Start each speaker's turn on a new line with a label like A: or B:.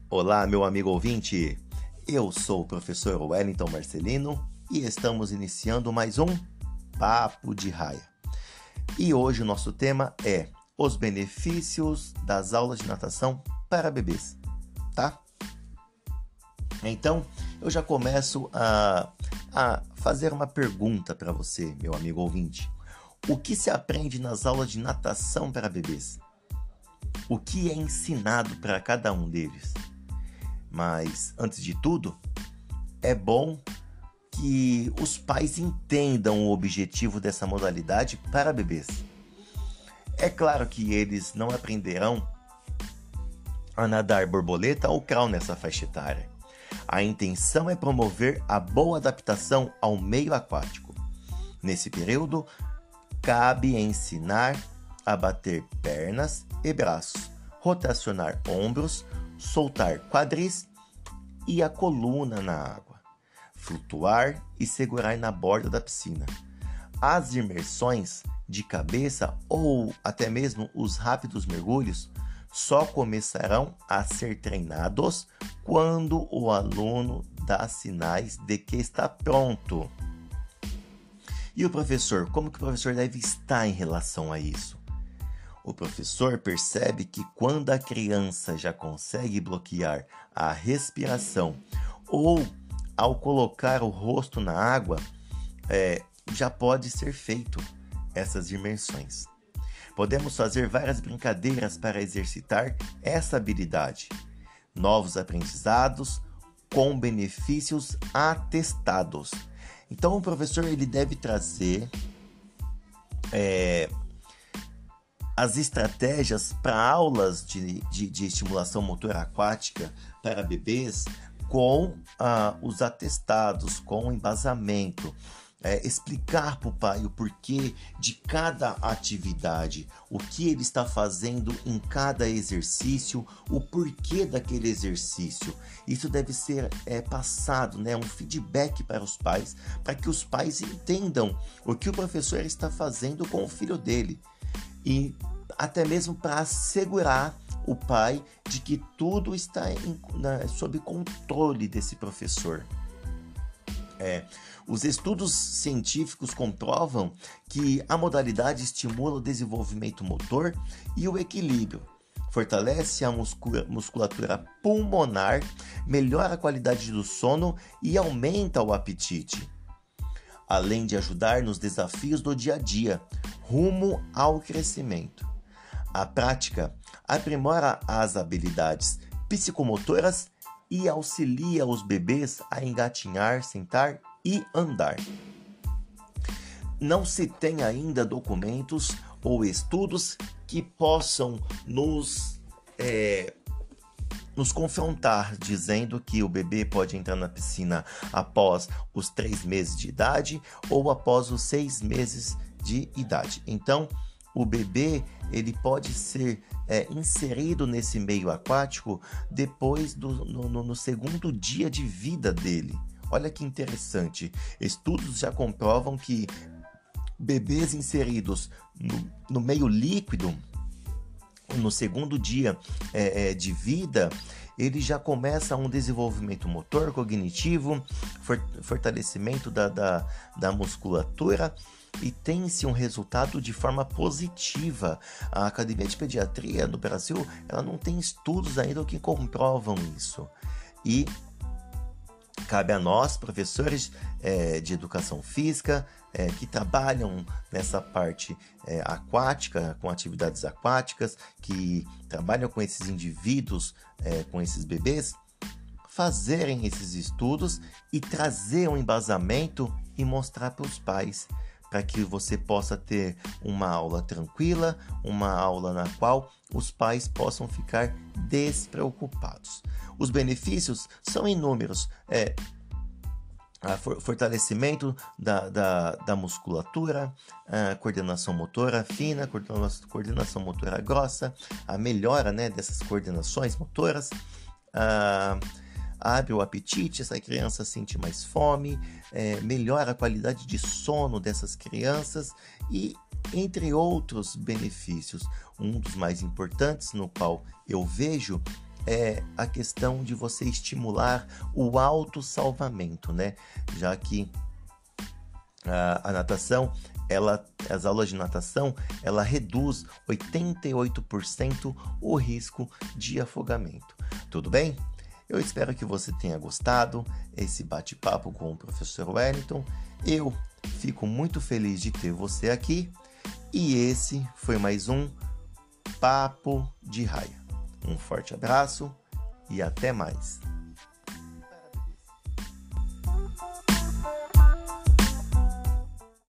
A: Olá, meu amigo ouvinte. Eu sou o professor Wellington Marcelino e estamos iniciando mais um Papo de Raia. E hoje o nosso tema é os benefícios das aulas de natação para bebês, tá? Então, eu já começo a fazer uma pergunta para você, meu amigo ouvinte. O que se aprende nas aulas de natação para bebês? O que é ensinado para cada um deles? Mas, antes de tudo, é bom que os pais entendam o objetivo dessa modalidade para bebês. É claro que eles não aprenderão a nadar borboleta ou crawl nessa faixa etária. A intenção é promover a boa adaptação ao meio aquático. Nesse período, cabe ensinar a bater pernas e braços, rotacionar ombros, soltar quadris e a coluna na água, flutuar e segurar na borda da piscina. As imersões de cabeça ou até mesmo os rápidos mergulhos só começarão a ser treinados quando o aluno dá sinais de que está pronto. E o professor, como que o professor deve estar em relação a isso? O professor percebe que quando a criança já consegue bloquear a respiração ou ao colocar o rosto na água, já pode ser feito essas imersões. Podemos fazer várias brincadeiras para exercitar essa habilidade. Novos aprendizados com benefícios atestados. Então o professor ele deve trazer as estratégias para aulas de estimulação motora aquática para bebês com os atestados, com o embasamento. Explicar para o pai o porquê de cada atividade, o que ele está fazendo em cada exercício, o porquê daquele exercício. Isso deve ser passado, um feedback para os pais, para que os pais entendam o que o professor está fazendo com o filho dele. E até mesmo para assegurar o pai de que tudo está sob controle desse professor. Os estudos científicos comprovam que a modalidade estimula o desenvolvimento motor e o equilíbrio, fortalece a musculatura pulmonar, melhora a qualidade do sono e aumenta o apetite, além de ajudar nos desafios do dia a dia, rumo ao crescimento. A prática aprimora as habilidades psicomotoras e auxilia os bebês a engatinhar, sentar e andar. Não se tem ainda documentos ou estudos que possam nos confrontar, dizendo que o bebê pode entrar na piscina após os 3 meses de idade ou após os 6 meses de idade. Então, o bebê ele pode ser inserido nesse meio aquático depois no segundo dia de vida dele. Olha que interessante. Estudos já comprovam que bebês inseridos no meio líquido, no segundo dia de vida, ele já começa um desenvolvimento motor, cognitivo, fortalecimento da musculatura e tem-se um resultado de forma positiva. A Academia de Pediatria no Brasil, ela não tem estudos ainda que comprovam isso. E cabe a nós, professores de educação física, que trabalham nessa parte aquática, com atividades aquáticas, que trabalham com esses indivíduos, com esses bebês, fazerem esses estudos e trazer um embasamento e mostrar para os pais, para que você possa ter uma aula tranquila, uma aula na qual os pais possam ficar despreocupados. Os benefícios são inúmeros. Fortalecimento da musculatura, coordenação motora fina, coordenação motora grossa, a melhora dessas coordenações motoras, abre o apetite, essa criança sente mais fome, melhora a qualidade de sono dessas crianças e entre outros benefícios. Um dos mais importantes no qual eu vejo é a questão de você estimular o autossalvamento, né? Já que a natação, as aulas de natação, ela reduz 88% o risco de afogamento. Tudo bem? Eu espero que você tenha gostado esse bate-papo com o professor Wellington. Eu fico muito feliz de ter você aqui e esse foi mais um Papo de Raia. Um forte abraço e até mais.